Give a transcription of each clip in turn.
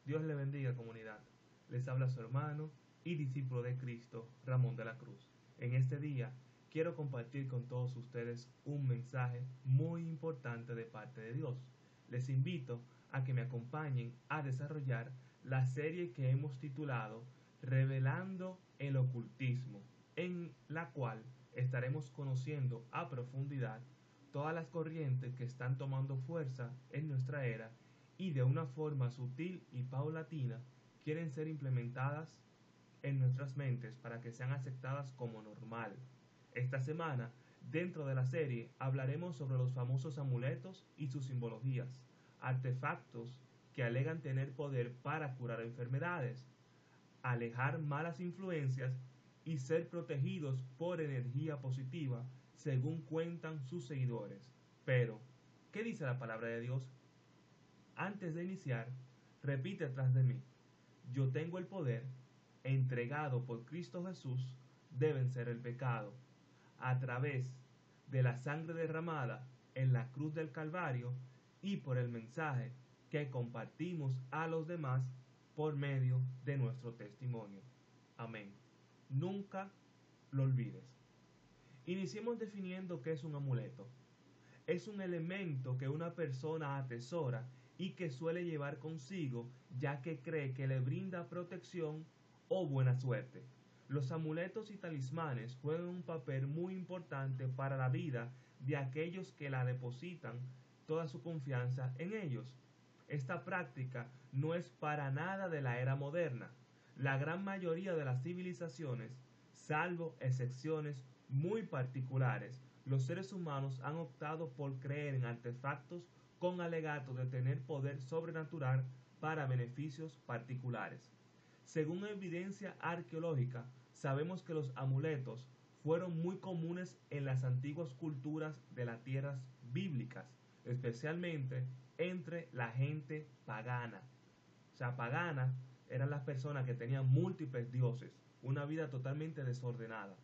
Dios le bendiga, comunidad. Les habla su hermano y discípulo de Cristo, Ramón de la Cruz. En este día quiero compartir con todos ustedes un mensaje muy importante de parte de Dios. Les invito a que me acompañen a desarrollar la serie que hemos titulado Revelando el Ocultismo, en la cual estaremos conociendo a profundidad todas las corrientes que están tomando fuerza en nuestra era y de una forma sutil y paulatina quieren ser implementadas en nuestras mentes para que sean aceptadas como normal. Esta semana, dentro de la serie, hablaremos sobre los famosos amuletos y sus simbologías, artefactos que alegan tener poder para curar enfermedades, alejar malas influencias y ser protegidos por energía positiva, según cuentan sus seguidores. Pero, ¿qué dice la palabra de Dios? Antes de iniciar, repite tras de mí: yo tengo el poder, entregado por Cristo Jesús, de vencer el pecado, a través de la sangre derramada en la cruz del Calvario y por el mensaje que compartimos a los demás por medio de nuestro testimonio. Amén. Nunca lo olvides. Iniciemos definiendo qué es un amuleto. Es un elemento que una persona atesora y que suele llevar consigo, ya que cree que le brinda protección o buena suerte. Los amuletos y talismanes juegan un papel muy importante para la vida de aquellos que la depositan toda su confianza en ellos. Esta práctica no es para nada de la era moderna. La gran mayoría de las civilizaciones, salvo excepciones muy particulares, los seres humanos han optado por creer en artefactos con alegato de tener poder sobrenatural para beneficios particulares. Según evidencia arqueológica, sabemos que los amuletos fueron muy comunes en las antiguas culturas de las tierras bíblicas, especialmente entre la gente pagana. O sea, pagana eran las personas que tenían múltiples dioses, una vida totalmente desordenada.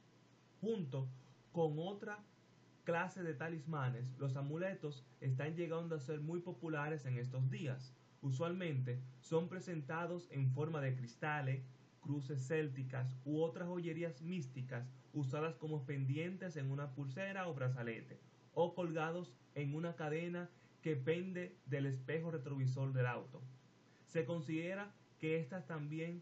Junto con otra clase de talismanes, los amuletos están llegando a ser muy populares en estos días. Usualmente son presentados en forma de cristales, cruces célticas u otras joyerías místicas usadas como pendientes en una pulsera o brazalete, o colgados en una cadena que pende del espejo retrovisor del auto. Se considera que estas también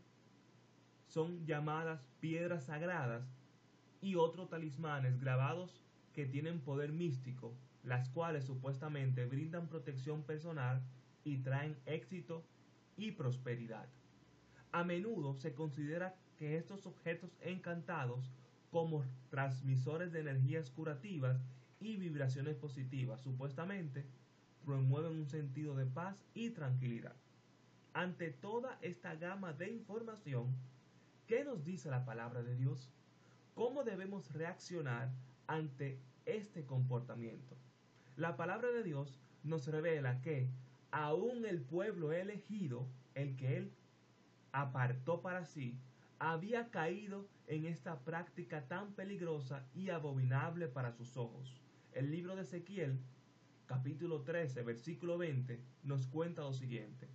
son llamadas piedras sagradas y otros talismanes grabados que tienen poder místico, las cuales supuestamente brindan protección personal y traen éxito y prosperidad. A menudo se considera que estos objetos encantados como transmisores de energías curativas y vibraciones positivas, supuestamente promueven un sentido de paz y tranquilidad. Ante toda esta gama de información, ¿qué nos dice la palabra de Dios? ¿Cómo debemos reaccionar ante este comportamiento? La palabra de Dios nos revela que aún el pueblo elegido, el que Él apartó para sí, había caído en esta práctica tan peligrosa y abominable para sus ojos. El libro de Ezequiel, capítulo 13, versículo 20, nos cuenta lo siguiente.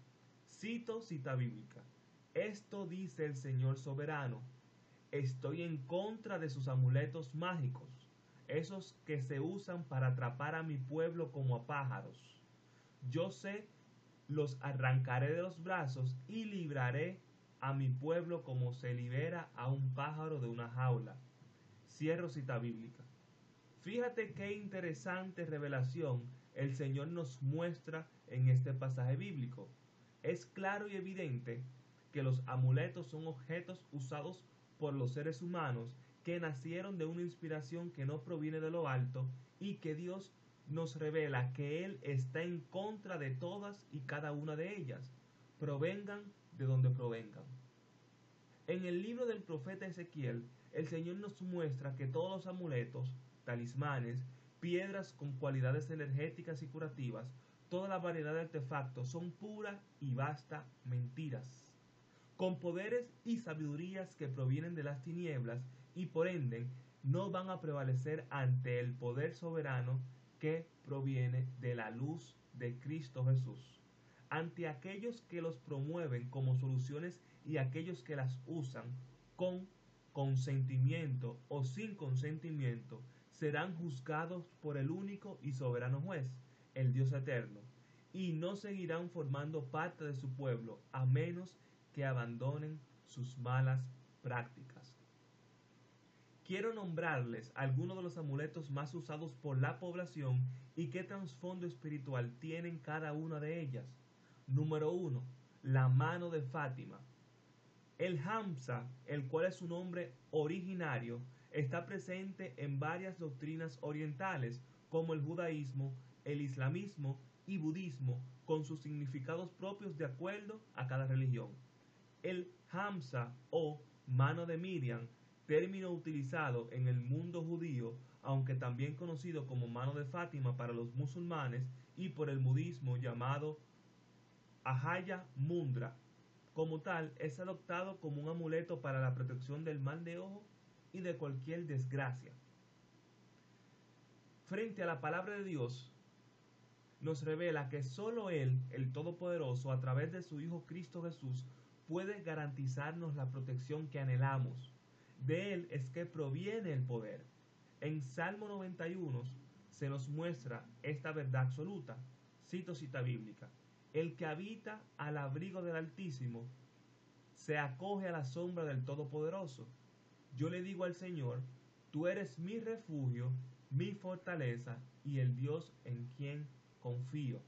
Cita bíblica. Esto dice el Señor soberano: estoy en contra de sus amuletos mágicos, esos que se usan para atrapar a mi pueblo como a pájaros. Yo los arrancaré de los brazos y libraré a mi pueblo como se libera a un pájaro de una jaula. Cierro cita bíblica. Fíjate qué interesante revelación el Señor nos muestra en este pasaje bíblico. Es claro y evidente que los amuletos son objetos usados por los seres humanos que nacieron de una inspiración que no proviene de lo alto, y que Dios nos revela que Él está en contra de todas y cada una de ellas, provengan de donde provengan. En el libro del profeta Ezequiel, el Señor nos muestra que todos los amuletos, talismanes, piedras con cualidades energéticas y curativas, toda la variedad de artefactos son puras y vastas mentiras, con poderes y sabidurías que provienen de las tinieblas, y por ende no van a prevalecer ante el poder soberano que proviene de la luz de Cristo Jesús. ante aquellos que los promueven como soluciones y aquellos que las usan con consentimiento o sin consentimiento, serán juzgados por el único y soberano juez, el Dios eterno, y no seguirán formando parte de su pueblo a menos que abandonen sus malas prácticas. Quiero nombrarles algunos de los amuletos más usados por la población y qué trasfondo espiritual tienen cada una de ellas. Número 1. La mano de Fátima. El Hamsa, el cual es su nombre originario, está presente en varias doctrinas orientales, como el judaísmo, el islamismo y budismo, con sus significados propios de acuerdo a cada religión. El Hamsa o mano de Miriam, término utilizado en el mundo judío, aunque también conocido como mano de Fátima para los musulmanes y por el budismo llamado Ahaya Mundra. Como tal, es adoptado como un amuleto para la protección del mal de ojo y de cualquier desgracia. Frente a la palabra de Dios, nos revela que solo Él, el Todopoderoso, a través de su Hijo Cristo Jesús, puede garantizarnos la protección que anhelamos. De Él es que proviene el poder. En Salmo 91 se nos muestra esta verdad absoluta. Cito cita bíblica. El que habita al abrigo del Altísimo se acoge a la sombra del Todopoderoso. Yo le digo al Señor, tú eres mi refugio, mi fortaleza y el Dios en quien confío.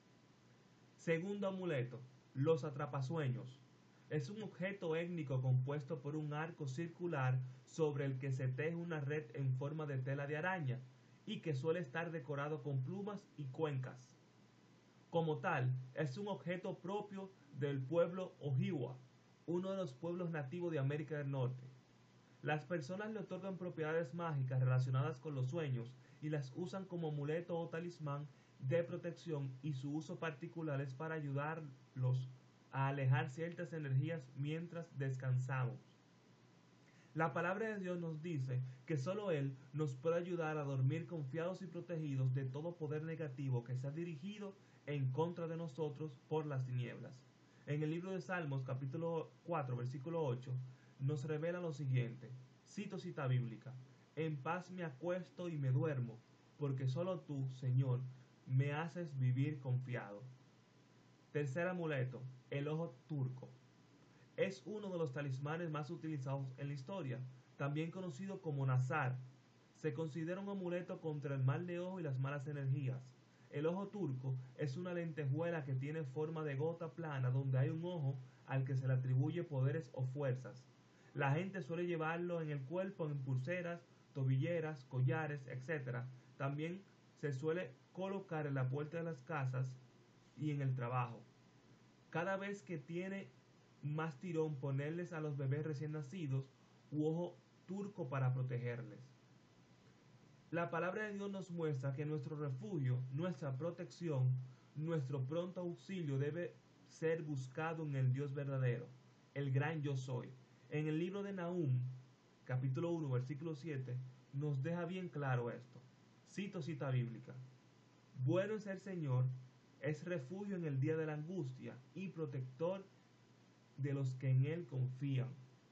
Segundo amuleto, los atrapasueños. Es un objeto étnico compuesto por un arco circular sobre el que se teje una red en forma de tela de araña y que suele estar decorado con plumas y cuencas. Como tal, es un objeto propio del pueblo Ojibwa, uno de los pueblos nativos de América del Norte. Las personas le otorgan propiedades mágicas relacionadas con los sueños y las usan como amuleto o talismán de protección, y su uso particular es para ayudarlos a alejar ciertas energías mientras descansamos. La palabra de Dios nos dice que solo Él nos puede ayudar a dormir confiados y protegidos de todo poder negativo que se ha dirigido en contra de nosotros por las tinieblas. En el libro de Salmos, capítulo 4, versículo 8, nos revela lo siguiente. Cito cita bíblica. En paz me acuesto y me duermo, porque solo tú, Señor, me haces vivir confiado. Tercer amuleto, el ojo turco. Es uno de los talismanes más utilizados en la historia, también conocido como nazar. Se considera un amuleto contra el mal de ojo y las malas energías. El ojo turco es una lentejuela que tiene forma de gota plana donde hay un ojo al que se le atribuye poderes o fuerzas. La gente suele llevarlo en el cuerpo en pulseras, tobilleras, collares, etc. También se suele colocar en la puerta de las casas y en el trabajo. Cada vez que tiene más tirón ponerles a los bebés recién nacidos u ojo turco para protegerles. La palabra de Dios nos muestra que nuestro refugio, nuestra protección, nuestro pronto auxilio debe ser buscado en el Dios verdadero, el gran yo soy. En el libro de Nahum, capítulo 1, versículo 7, nos deja bien claro esto. Cito cita bíblica. Bueno es el Señor, es refugio en el día de la angustia y protector de los que en Él confían.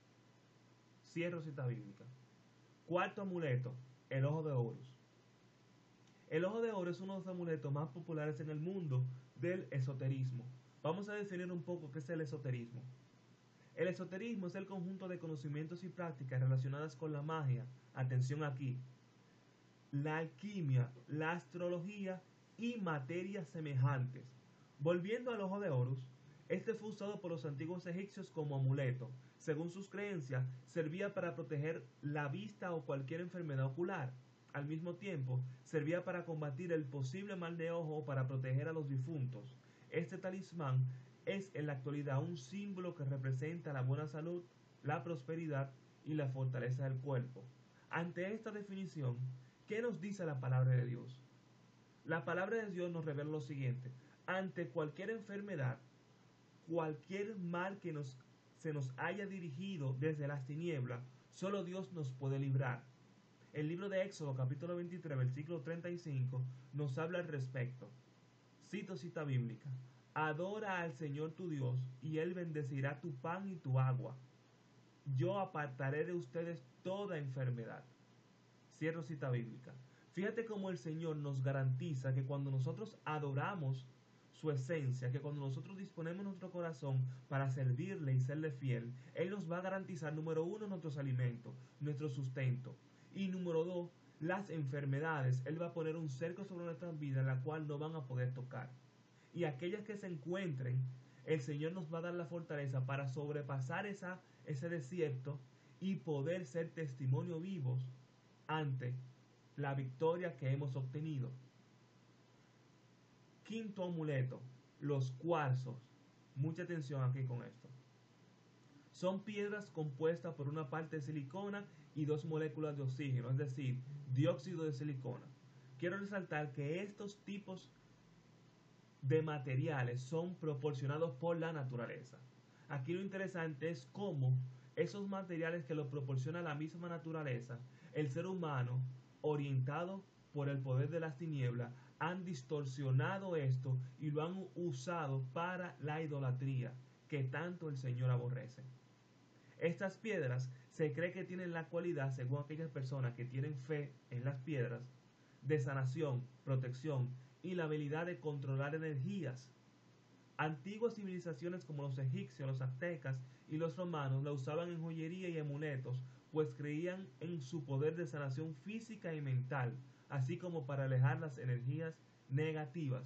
Cierro cita bíblica. Cuarto amuleto, el ojo de Horus. El ojo de oro es uno de los amuletos más populares en el mundo del esoterismo. Vamos a definir un poco qué es el esoterismo. El esoterismo es el conjunto de conocimientos y prácticas relacionadas con la magia, atención aquí, la alquimia, la astrología y materias semejantes. Volviendo al ojo de Horus, este fue usado por los antiguos egipcios como amuleto. Según sus creencias, servía para proteger la vista o cualquier enfermedad ocular. Al mismo tiempo, servía para combatir el posible mal de ojo o para proteger a los difuntos. Este talismán es en la actualidad un símbolo que representa la buena salud, la prosperidad y la fortaleza del cuerpo. Ante esta definición, ¿qué nos dice la palabra de Dios? La palabra de Dios nos revela lo siguiente. Ante cualquier enfermedad, cualquier mal que se nos haya dirigido desde las tinieblas, solo Dios nos puede librar. El libro de Éxodo, capítulo 23, versículo 35, nos habla al respecto. Cito cita bíblica. Adora al Señor tu Dios, y Él bendecirá tu pan y tu agua. Yo apartaré de ustedes toda enfermedad. Cierro cita bíblica. Fíjate cómo el Señor nos garantiza que cuando nosotros adoramos su esencia, que cuando nosotros disponemos nuestro corazón para servirle y serle fiel, Él nos va a garantizar, número uno, nuestros alimentos, nuestro sustento. Y número dos, las enfermedades. Él va a poner un cerco sobre nuestras vidas en la cual no van a poder tocar. Y aquellas que se encuentren, el Señor nos va a dar la fortaleza para sobrepasar ese desierto y poder ser testimonio vivos ante la victoria que hemos obtenido. Quinto amuleto, los cuarzos. Mucha atención aquí con esto. Son piedras compuestas por una parte de silicona y dos moléculas de oxígeno, es decir, dióxido de silicona. Quiero resaltar que estos tipos de materiales son proporcionados por la naturaleza. Aquí lo interesante es cómo esos materiales que los proporciona la misma naturaleza, el ser humano, orientado por el poder de las tinieblas, han distorsionado esto y lo han usado para la idolatría que tanto el Señor aborrece. Estas piedras se cree que tienen la cualidad, según aquellas personas que tienen fe en las piedras, de sanación, protección y la habilidad de controlar energías. Antiguas civilizaciones como los egipcios, los aztecas y los romanos la usaban en joyería y amuletos, pues creían en su poder de sanación física y mental, así como para alejar las energías negativas.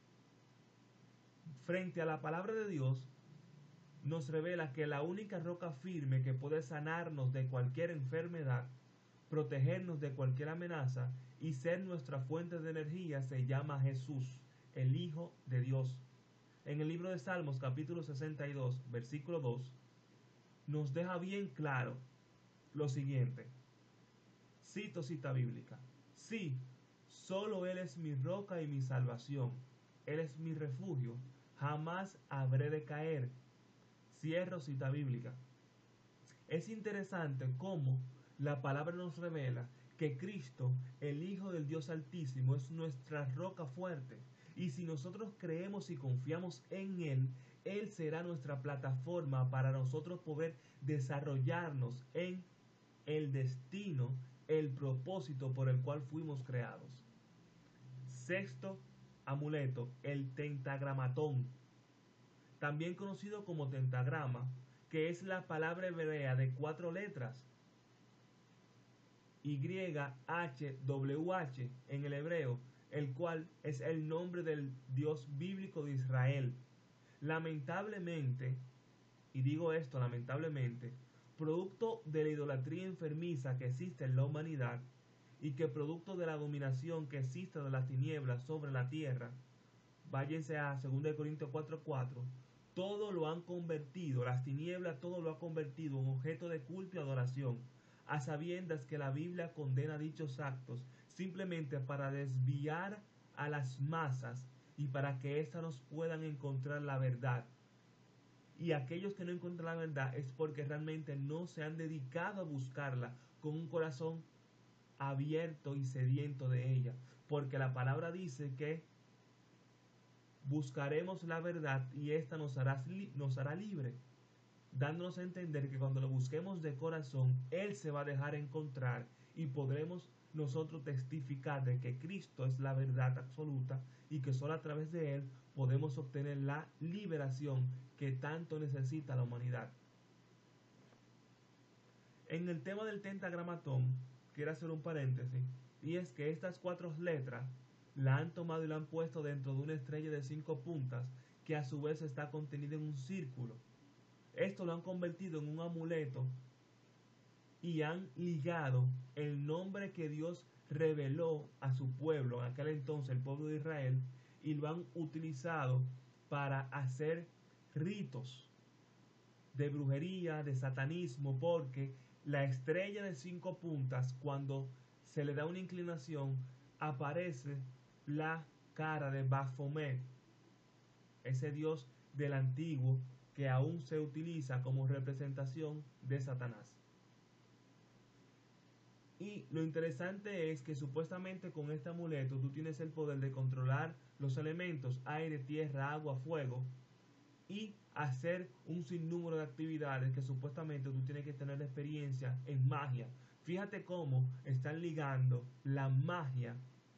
Frente a la palabra de Dios, nos revela que la única roca firme que puede sanarnos de cualquier enfermedad, protegernos de cualquier amenaza y ser nuestra fuente de energía se llama Jesús, el Hijo de Dios. En el libro de Salmos capítulo 62, versículo 2, nos deja bien claro lo siguiente. Cito cita bíblica. Sí, solo Él es mi roca y mi salvación. Él es mi refugio. Jamás habré de caer. Cierro cita bíblica. Es interesante cómo la palabra nos revela que Cristo, el Hijo del Dios Altísimo, es nuestra roca fuerte. Y si nosotros creemos y confiamos en Él, Él será nuestra plataforma para nosotros poder desarrollarnos en el destino, el propósito por el cual fuimos creados. Sexto amuleto, el tentagramatón, también conocido como tentagrama, que es la palabra hebrea de 4 letras, YHWH en el hebreo, el cual es el nombre del Dios bíblico de Israel. Lamentablemente, y digo esto lamentablemente, producto de la idolatría enfermiza que existe en la humanidad y que producto de la dominación que existe de las tinieblas sobre la tierra, váyanse a 2 Corintios 4:4, todo lo han convertido, las tinieblas todo lo ha convertido en objeto de culto y adoración, a sabiendas que la Biblia condena dichos actos simplemente para desviar a las masas y para que éstas nos puedan encontrar la verdad. Y aquellos que no encuentran la verdad es porque realmente no se han dedicado a buscarla con un corazón abierto y sediento de ella. Porque la palabra dice que buscaremos la verdad y ésta nos hará libre, dándonos a entender que cuando lo busquemos de corazón, Él se va a dejar encontrar y podremos nosotros testificar de que Cristo es la verdad absoluta y que solo a través de Él podemos obtener la liberación que tanto necesita la humanidad. En el tema del tentagramatón, quiero hacer un paréntesis, y es que estas 4 letras la han tomado y la han puesto dentro de una estrella de 5 puntas que a su vez está contenida en un círculo. Esto lo han convertido en un amuleto y han ligado el nombre que Dios reveló a su pueblo, en aquel entonces el pueblo de Israel, y lo han utilizado para hacer ritos de brujería, de satanismo, porque la estrella de 5 puntas, cuando se le da una inclinación, aparece la cara de Baphomet, ese dios del antiguo que aún se utiliza como representación de Satanás. Y lo interesante es que supuestamente con este amuleto tú tienes el poder de controlar los elementos, aire, tierra, agua, fuego, y hacer un sinnúmero de actividades que supuestamente tú tienes que tener experiencia en magia. Fíjate cómo están ligando la magia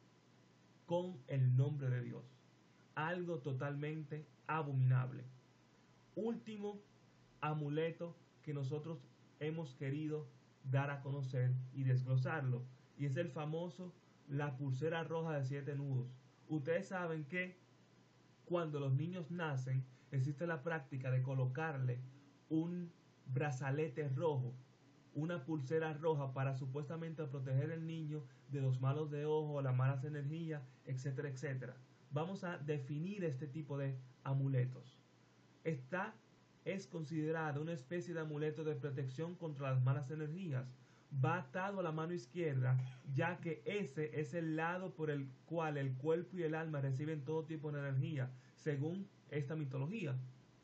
con el nombre de Dios. Algo totalmente abominable. Último amuleto que nosotros hemos querido dar a conocer y desglosarlo, y es el famoso la pulsera roja de 7 nudos. Ustedes saben que cuando los niños nacen existe la práctica de colocarle un brazalete rojo, una pulsera roja para supuestamente proteger al niño de los malos de ojo, las malas energías, etcétera, etcétera. Vamos a definir este tipo de amuletos. Esta es considerada una especie de amuleto de protección contra las malas energías. Va atado a la mano izquierda, ya que ese es el lado por el cual el cuerpo y el alma reciben todo tipo de energía, según esta mitología.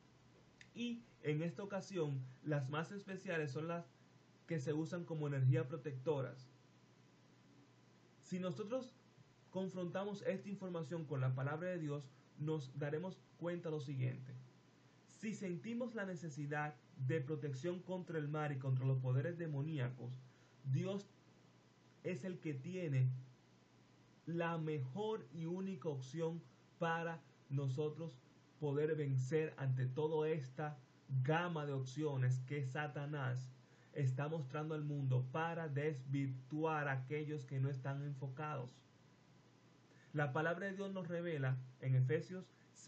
Y en esta ocasión, las más especiales son las que se usan como energía protectoras. Si nosotros confrontamos esta información con la palabra de Dios, nos daremos cuenta de lo siguiente. Si sentimos la necesidad de protección contra el mal y contra los poderes demoníacos, Dios es el que tiene la mejor y única opción para nosotros poder vencer ante toda esta gama de opciones que Satanás está mostrando al mundo para desvirtuar a aquellos que no están enfocados. La palabra de Dios nos revela en Efesios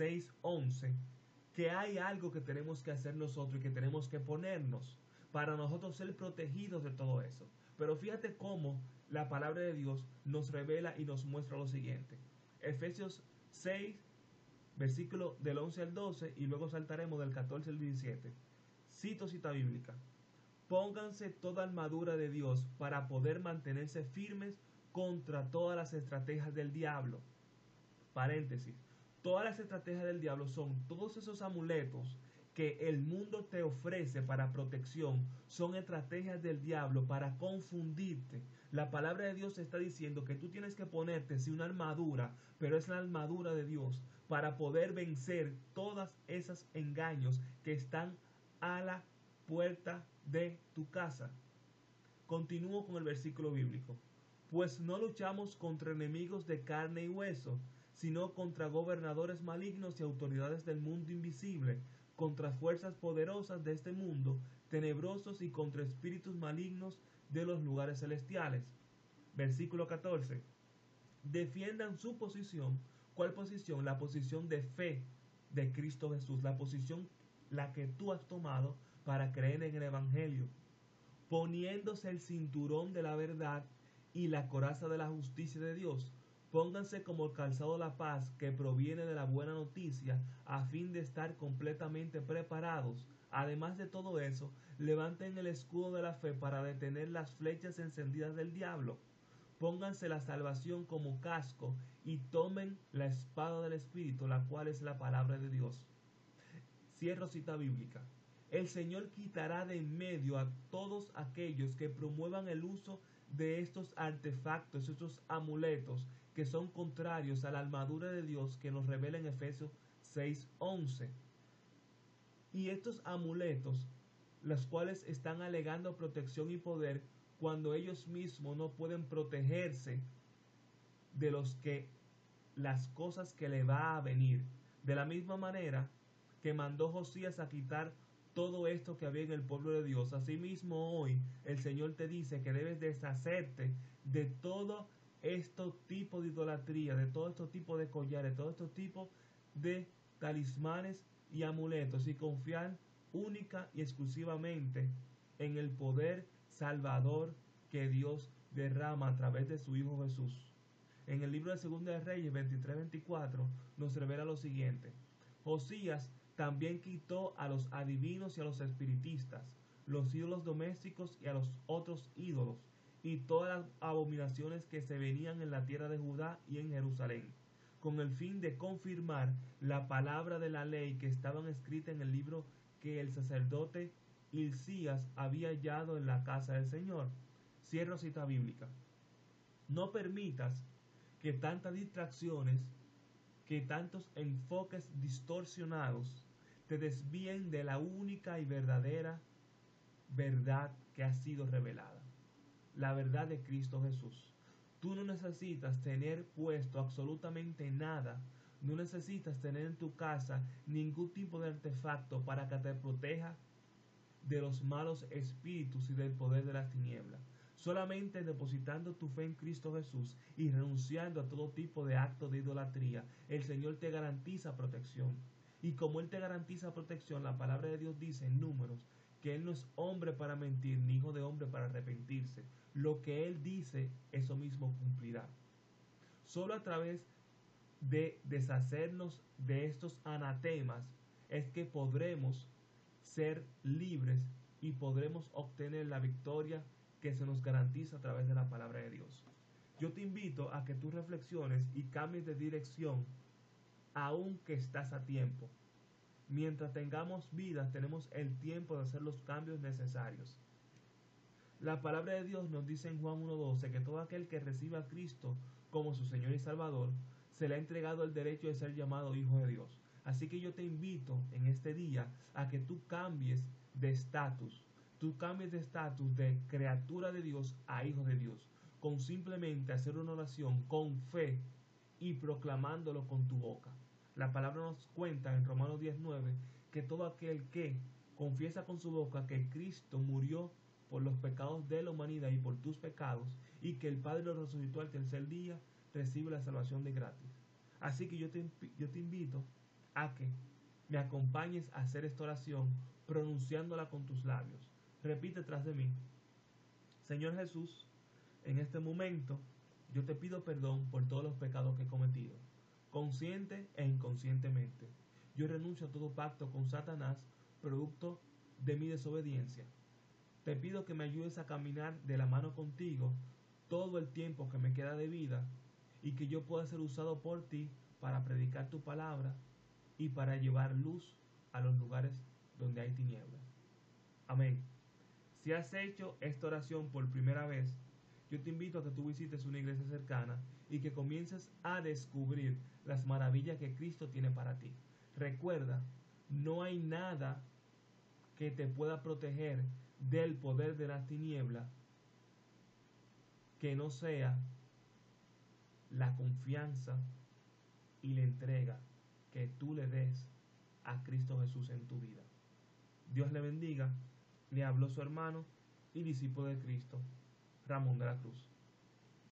6:11 que hay algo que tenemos que hacer nosotros y que tenemos que ponernos para nosotros ser protegidos de todo eso. Pero fíjate cómo la palabra de Dios nos revela y nos muestra lo siguiente. Efesios 6, versículo del 11 al 12, y luego saltaremos del 14 al 17. Cita bíblica. Pónganse toda armadura de Dios para poder mantenerse firmes contra todas las estrategias del diablo. Paréntesis. Todas las estrategias del diablo son todos esos amuletos que el mundo te ofrece para protección, son estrategias del diablo para confundirte. La palabra de Dios está diciendo que tú tienes que ponerte sí una armadura, pero es la armadura de Dios para poder vencer todas esos engaños que están a la puerta de tu casa. Continúo con el versículo bíblico. Pues no luchamos contra enemigos de carne y hueso, sino contra gobernadores malignos y autoridades del mundo invisible, contra fuerzas poderosas de este mundo, tenebrosos, y contra espíritus malignos de los lugares celestiales. Versículo 14. Defiendan su posición. ¿Cuál posición? La posición de fe de Cristo Jesús, la posición la que tú has tomado para creer en el Evangelio, poniéndose el cinturón de la verdad y la coraza de la justicia de Dios. Pónganse como el calzado de la paz que proviene de la buena noticia, a fin de estar completamente preparados. Además de todo eso, levanten el escudo de la fe para detener las flechas encendidas del diablo. Pónganse la salvación como casco y tomen la espada del Espíritu, la cual es la palabra de Dios. Cierro cita bíblica. El Señor quitará de en medio a todos aquellos que promuevan el uso de estos artefactos, estos amuletos que son contrarios a la armadura de Dios que nos revela en Efesios 6:11. Y estos amuletos, los cuales están alegando protección y poder cuando ellos mismos no pueden protegerse de las cosas que le va a venir. De la misma manera que mandó Josías a quitar todo esto que había en el pueblo de Dios, asimismo hoy el Señor te dice que debes deshacerte de todo este tipo de idolatría, de todo este tipo de collares, de todo este tipo de talismanes y amuletos, y confiar única y exclusivamente en el poder salvador que Dios derrama a través de su Hijo Jesús. En el libro de Segunda de Reyes 23-24 nos revela lo siguiente. Josías también quitó a los adivinos y a los espiritistas, los ídolos domésticos y a los otros ídolos, y todas las abominaciones que se venían en la tierra de Judá y en Jerusalén, con el fin de confirmar la palabra de la ley que estaban escritas en el libro que el sacerdote Hilcías había hallado en la casa del Señor. Cierro cita bíblica. No permitas que tantas distracciones, que tantos enfoques distorsionados te desvíen de la única y verdadera verdad que ha sido revelada. La verdad de Cristo Jesús. Tú no necesitas tener puesto absolutamente nada. No necesitas tener en tu casa ningún tipo de artefacto para que te proteja de los malos espíritus y del poder de las tinieblas. Solamente depositando tu fe en Cristo Jesús y renunciando a todo tipo de acto de idolatría, el Señor te garantiza protección. Y como Él te garantiza protección, la palabra de Dios dice en Números que Él no es hombre para mentir, ni hijo de hombre para arrepentirse. Lo que Él dice, eso mismo cumplirá. Solo a través de deshacernos de estos anatemas es que podremos ser libres y podremos obtener la victoria que se nos garantiza a través de la palabra de Dios. Yo te invito a que tú reflexiones y cambies de dirección, aunque estás a tiempo. Mientras tengamos vida, tenemos el tiempo de hacer los cambios necesarios. La palabra de Dios nos dice en Juan 1:12 que todo aquel que reciba a Cristo como su Señor y Salvador, se le ha entregado el derecho de ser llamado hijo de Dios. Así que yo te invito en este día a que tú cambies de estatus. Tú cambies de estatus de criatura de Dios a hijo de Dios. Con simplemente hacer una oración con fe y proclamándolo con tu boca. La palabra nos cuenta en Romanos 19 que todo aquel que confiesa con su boca que Cristo murió por los pecados de la humanidad y por tus pecados, y que el Padre lo resucitó al tercer día, recibe la salvación de gratis. Así que yo te invito a que me acompañes a hacer esta oración pronunciándola con tus labios. Repite tras de mí: Señor Jesús, en este momento yo te pido perdón por todos los pecados que he cometido, consciente e inconscientemente. Yo renuncio a todo pacto con Satanás, producto de mi desobediencia. Te pido que me ayudes a caminar de la mano contigo todo el tiempo que me queda de vida y que yo pueda ser usado por ti para predicar tu palabra y para llevar luz a los lugares donde hay tinieblas. Amén. Si has hecho esta oración por primera vez, yo te invito a que tú visites una iglesia cercana y que comiences a descubrir las maravillas que Cristo tiene para ti. Recuerda, no hay nada que te pueda proteger del poder de las tinieblas que no sea la confianza y la entrega que tú le des a Cristo Jesús en tu vida. Dios le bendiga. Le habló su hermano y discípulo de Cristo, Ramón de la Cruz.